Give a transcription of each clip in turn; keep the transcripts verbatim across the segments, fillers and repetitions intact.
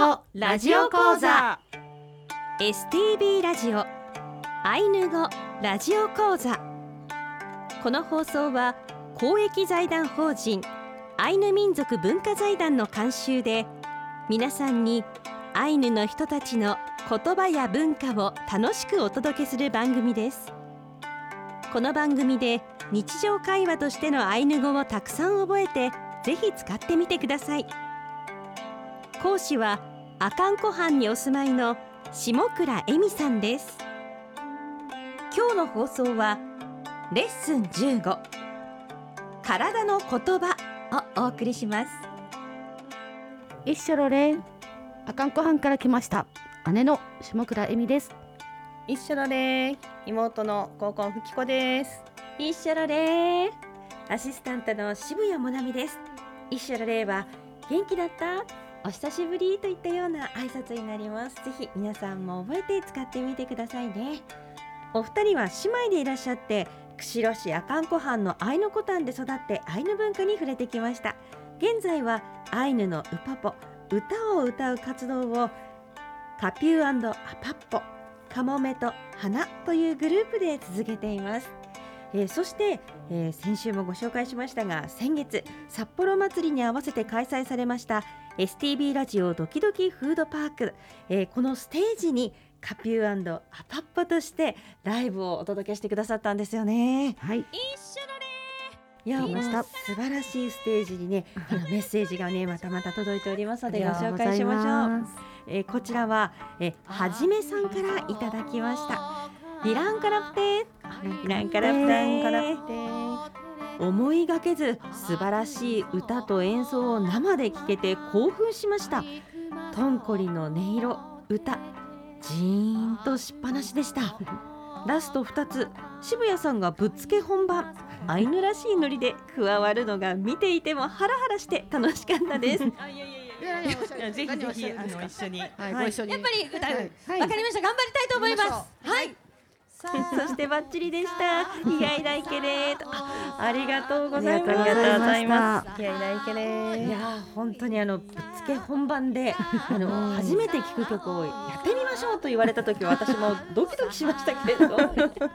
語ラジオ講座 エスティービー ラジオアイヌ語ラジオ講座。この放送は公益財団法人アイヌ民族文化財団の監修で、皆さんにアイヌの人たちの言葉や文化を楽しくお届けする番組です。この番組で日常会話としてのアイヌ語をたくさん覚えて、ぜひ使ってみてください。講師は阿寒湖畔にお住まいの下倉恵美さんです。今日の放送はレッスンじゅうご、体の言葉をお送りします。 一緒ろれん、阿寒湖畔から来ました姉の下倉恵美です。 一緒ろれん、妹の高校ふきこです。 一緒ろれん、アシスタントの渋谷もなみです。一緒ろれんは元気だった、お久しぶりといったような挨拶になります。ぜひ皆さんも覚えて使ってみてくださいね。お二人は姉妹でいらっしゃって、釧路市阿寒湖畔のアイヌコタンで育ってアイヌ文化に触れてきました。現在はアイヌのウパポ、歌を歌う活動をカピュー&アパッポ、カモメと花というグループで続けています。えー、そして、えー、先週もご紹介しましたが、先月札幌祭りに合わせて開催されました エスティービー ラジオドキドキフードパーク、えー、このステージにカピュー&アパッポとしてライブをお届けしてくださったんですよね。 はい、 一緒のね、いや、もう素晴らしいステージにね、あのメッセージがねまたまた届いておりますのでご紹介しましょう。えー、こちらは、えー、はじめさんからいただきました。リランカラプテリランカラプテ思いがけず素晴らしい歌と演奏を生で聴けて興奮しました。トンコリの音色、歌、ジーンとしっぱなしでした。ラストふたつ、渋谷さんがぶっつけ本番、アイヌらしいノリで加わるのが見ていてもハラハラして楽しかったです。 ぜひぜひあの一緒に、 はい、ご一緒にやっぱり歌う、 はい、 わかりました。頑張りたいと思います。はい。 そそしてバッチリでした。いやいらいけれーと、あ、ありがとうございます。 ありがとうございまいやいらいけれいや本当にあのぶっつけ本番であの初めて聴く曲をやってみましょうと言われた時は私もドキドキしましたけれど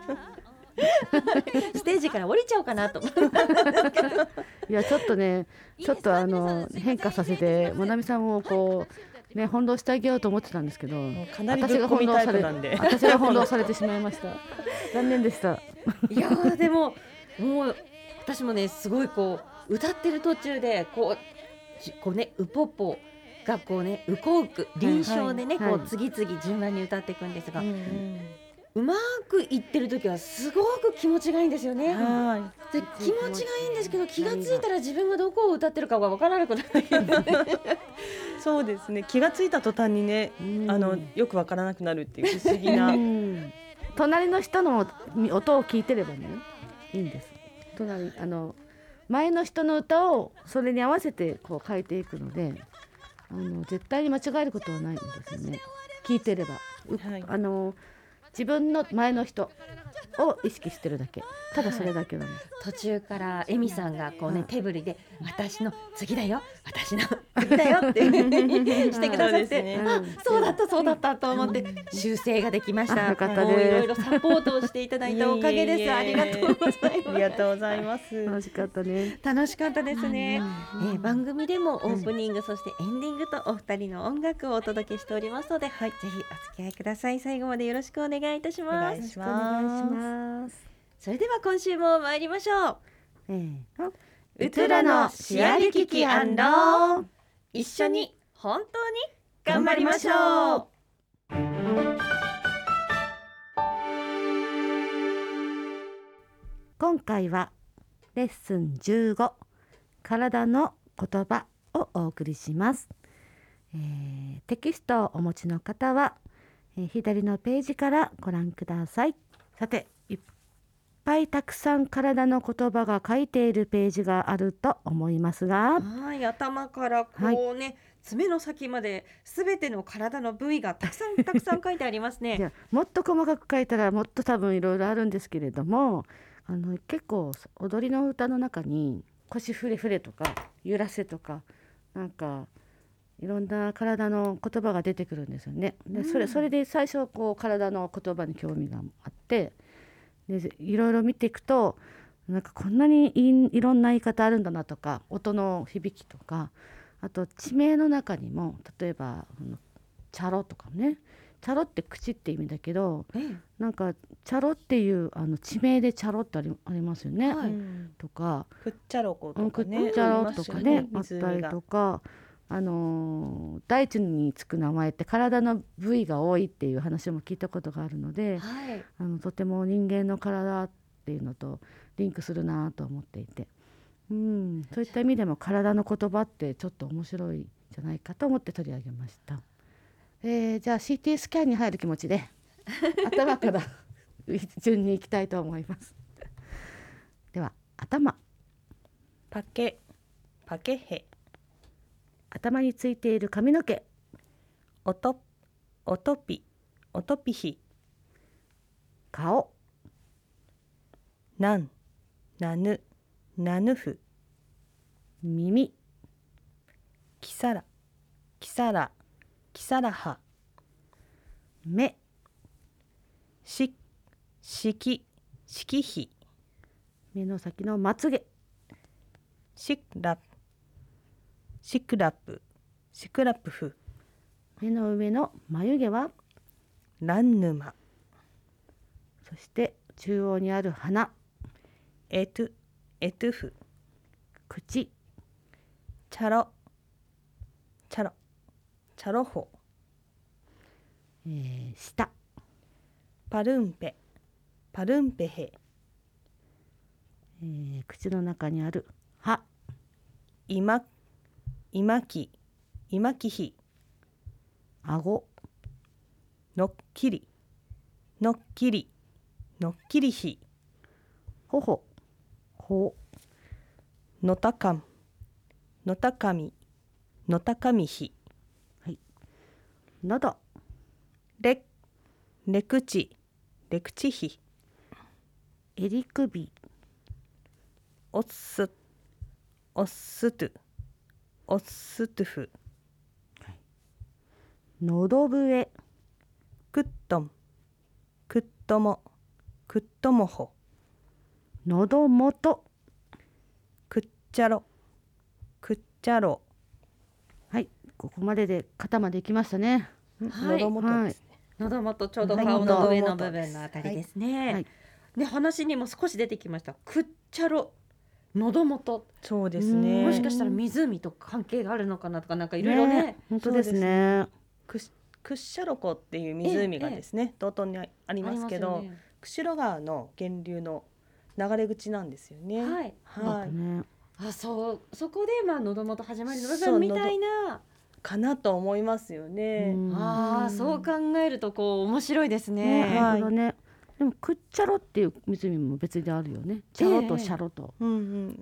ステージから降りちゃおうかなと思ったんですけど、 いやちょっとねちょっとあの変化させてもなみさんをこうね翻弄してあげようと思ってたんですけど、 かなりぶっ込みタイプなんで私が翻弄されてしまいました残念でした。 いやーでももう私もねすごいこう歌ってる途中でこうじこうねウポポがこうねウコウク臨床でね、 はいこう次々順番に歌っていくんですが、 うんうん、 うまくいってる時はすごく気持ちがいいんですよね。 はで気持ちがいいんですけど、気がついたら自分がどこを歌ってるかが分からなくなってきてそうですね、気がついた途端にね、あのよくわからなくなるっていう不思議な隣の人の音を聞いてればねいいんです。隣あの前の人の歌をそれに合わせてこう変えていくので、あの絶対に間違えることはないんですよね、聞いてれば、はい、あの自分の前の人を意識してるだけ、ただそれだけなんです、 はい、途中からエミさんがこうね、はい、手振りで私の次だよ私の次だよってしてくださって、ね、あ、そうだったそうだったと思って修正ができました。 よかったです。 もういろいろサポートをしていただいたおかげです。いえいえいえ、ありがとうございます。 ありがとうございます。 楽しかったね。 楽しかったですね。えー、番組でもオープニング、うん、そしてエンディングとお二人の音楽をお届けしておりますので、はい、ぜひお付き合いください。最後までよろしくお願いいたします。 お願いします。 それでは今週も参りましょう。 えー、 ウトゥラのシアリキキアンロー、一緒に本当に頑張りましょう。 今回はレッスンじゅうご、体の言葉をお送りします。えー、テキストをお持ちの方は、えー、左のページからご覧ください。さて、いっぱいたくさん体の言葉が書いているページがあると思いますが、 はい、頭からこうね、はい、爪の先まで全ての体の部位がたくさんたくさん書いてありますね。 いや、もっと細かく書いたらもっと多分いろいろあるんですけれども、あの結構踊りの歌の中に腰フレフレとか揺らせとかなんかいろんな体の言葉が出てくるんですよね。でそれそれで最初こう体の言葉に興味があって、でいろいろ見ていくと、なんかこんなにいいろんな言い方あるんだなとか、音の響きとか、あと地名の中にも例えばあのチャロとかね、チャロって口って意味だけど、 ええなんかチャロっていうあの地名でチャロってあり、ありますよね、 はいうんとか、 くっちゃろこうんクとかね、 ッチャロとかね、あったり湖がとか、あのー大地につく名前って体の部位が多いっていう話も聞いたことがあるので、 はいあのとても人間の体っていうのとリンクするなと思っていて、うん、そういった意味でも体の言葉ってちょっと面白いんじゃないかと思って取り上げました。えーじゃあ シーティー スキャンに入る気持ちで頭から順に行きたいと思います。では頭、 パケパケヘ、 頭についている髪の毛、 おとおとぴおとぴひ、 顔、 なんなぬなぬふ、 耳、 きさらきさらきさらは、 目、 ししきしきひ、 目の先のまつげ、 しくらしくらぷしくらぷふ、 目の上の眉毛は、 らんぬま、 そして中央にある鼻、 えとえとふ、 口、 ちゃろちゃろちゃろほ、 えー舌、 パルンペパルンペヘ、 えー口の中にある歯、 いまいまきいまきひ、 顎、 のっきりのっきりのっきりひ、 頬、頬、 のたかんのたかみのたかみひ、 喉、 れれくちれくちひ、 襟首、 おっすおっすとおっすとふ、 喉笛、 くっとんくっともくっともほ、 喉元、 くっちゃろくっちゃろ、 はい、ここまでで肩まで行きましたね。 はい喉元ですね、 喉元ちょうどはい顔の上の部喉元です分のあたりですね。 はい、 で話にも少し出てきましたくっちゃろ、喉元、 そうですね、 もしかしたら湖と関係があるのかなとか、なんかいろいろね本当ですそうですね。 くし屈斜路湖っていう湖がですね、道東にありますけど、 ありますよね釧路川の源流の流れ口なんですよね。 はいはい、 ね、 あ、そうそこでまあ喉元始まりの部そう分みたいな、 かなと思いますよね。 うんああそう考えるとこう面白いですね、 ね。 はい本当だね。でもクッチャロっていう湖も別にあるよね。チャロとシャロと、 うんうん、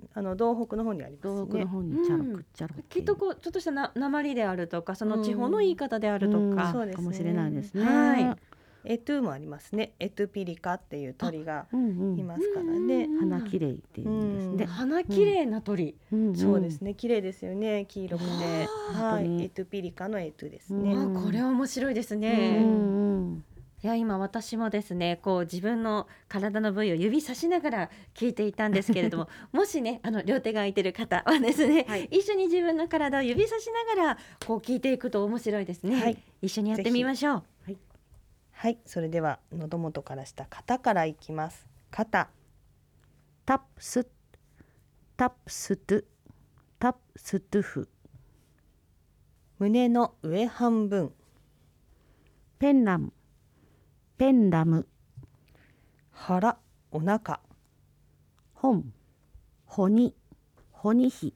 あの道北の方にありますね。 東北の方にチャロ、 うんクッチャロっていうきっとこうちょっとしたな訛りであるとか、その地方の言い方であるとうんか、 そうですねかもしれないですね。 はいエトゥもありますね。エトゥピリカっていう鳥がうんうん、 いますからね。 うん花綺麗っていう意味ですね。 花綺麗な鳥、 うんうんそうですね。綺麗ですよね。黄色くて、はい、 本当にエトゥピリカのエトゥですうね。 んあこれは面白いですうね。 んうんいや今私もですねこう自分の体の部位を指さしながら聞いていたんですけれどももしねあの両手が空いてる方はですね、 はい一緒に自分の体を指さしながらこう聞いていくと面白いですね、 はい一緒にやってみましょう。 はい、それでは喉元から下肩からいきます。肩、 タップス、タップストゥ、タップストゥフ、 胸の上半分、 ペンラム、ペンラム、 腹、お腹、 本、ホニ、ホニヒ、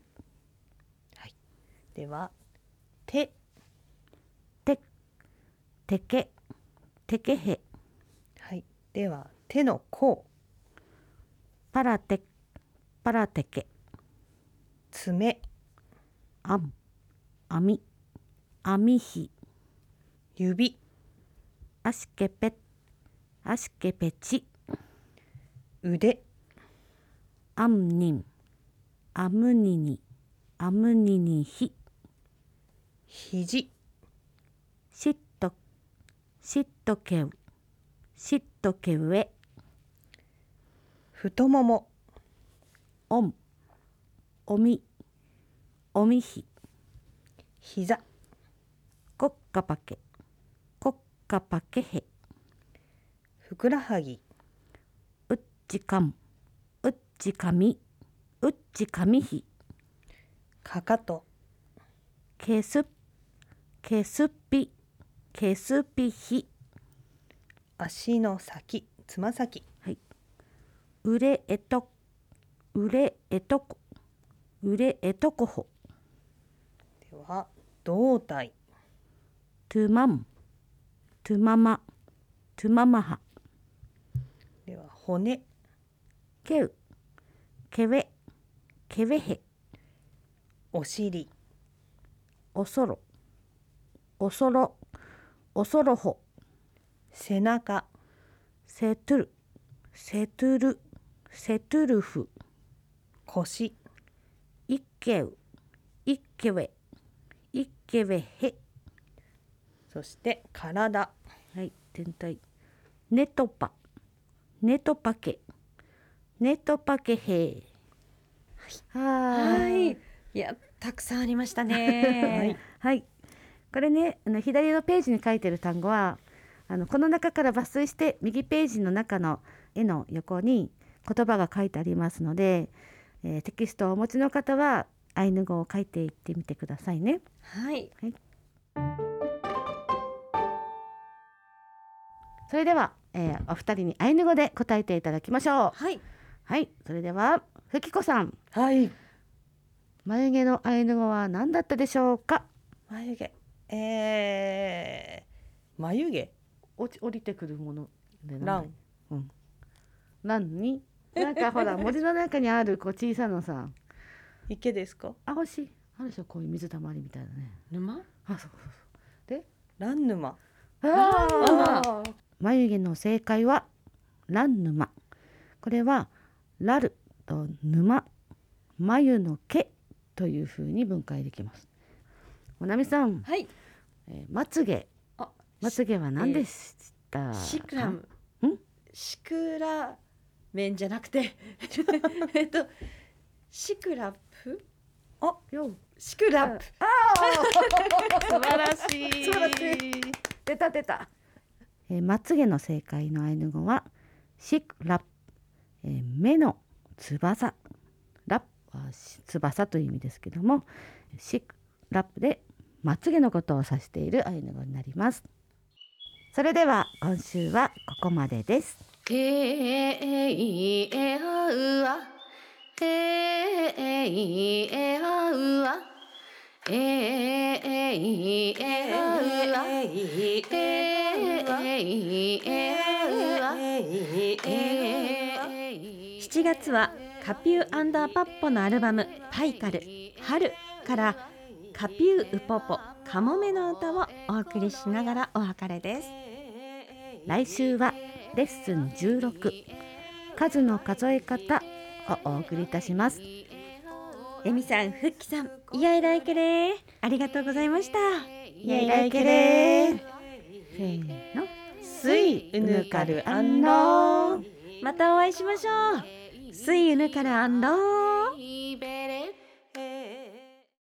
では手、 テ、テケ、テケヘ、 はい、では手の甲、 パラテ、パラテケ、 爪、 アン、アミ、アミヒ、 指、 アシケペ、アシケペチ、 腕、 アムニン、アムニニ、アムニニヒ、 肘、 しっとしっとけうしっとけうえ、 太もも、 おんおみおみひ、 膝、 こっかぱけこっかぱけへ、 ふくらはぎ、 うっちかんうっちかみうっちかみひ、 かかと、 けすけすぴけすぴひ、 足の先、つま先、 うれえとうれえとこうれえとこほ、 では胴体、 トゥマントゥママトゥママハ、 では骨、 けうけべけべへ、 お尻、 おそろおそろおそろほ、 背中、 せとるせとるせとるふ、 腰、 いっけういっけべいっけべへ、 そして体、 はい全体、ねとぱねとぱけねとぱけへ、ははいいやたくさんありましたねはい、これねあの左のページに書いてる単語はあのこの中から抜粋して右ページの中の絵の横に言葉が書いてありますので、えーテキストをお持ちの方はアイヌ語を書いていってみてくださいね。 はいそれでは、えーお二人にアイヌ語で答えていただきましょう。 はいはい、それではふきこさん、 はい、 眉毛のアイヌ語は何だったでしょうか。 眉毛、えー、眉毛、 落ち降りてくるものでラン、 うん、ランになんかほら文字の中にあるこう小さなさ、 池ですか？ あ、欲しいあるでしょ、こういう水たまりみたいなね。 沼あ、そうそうそうでラン沼、 ああー眉毛の正解はランヌマ。これはラルと沼、眉の毛というふうに分解できます。おなみさん、 はいえーまつげあまつげは何でしたか。 シクラムんシクラメンじゃなくてえっとシクラプよシクラプ素晴らしい。 素晴らし出た出た、えーまつげの正解のアイヌ語はシクラップ、えー目の翼、ラップはし翼という意味ですけども、シクラップでまつげのことを指しているアイヌ語になります。それでは今週はここまでです。 ええいえあうあええいえあうあええいえあうあええいえあうあしちがつはカピューアンダーパッポのアルバムパイカル春からカピューウポポカモメの歌をお送りしながらお別れです。 来週はレッスンじゅうろく数の数え方をお送りいたします。 エミさん、フッキさん、イヤイライケレーありがとうございました。 イヤイライケレーせーの、 スイウヌカルアンロー。 またお会いしましょう。スイウヌカルアンロー。 いべ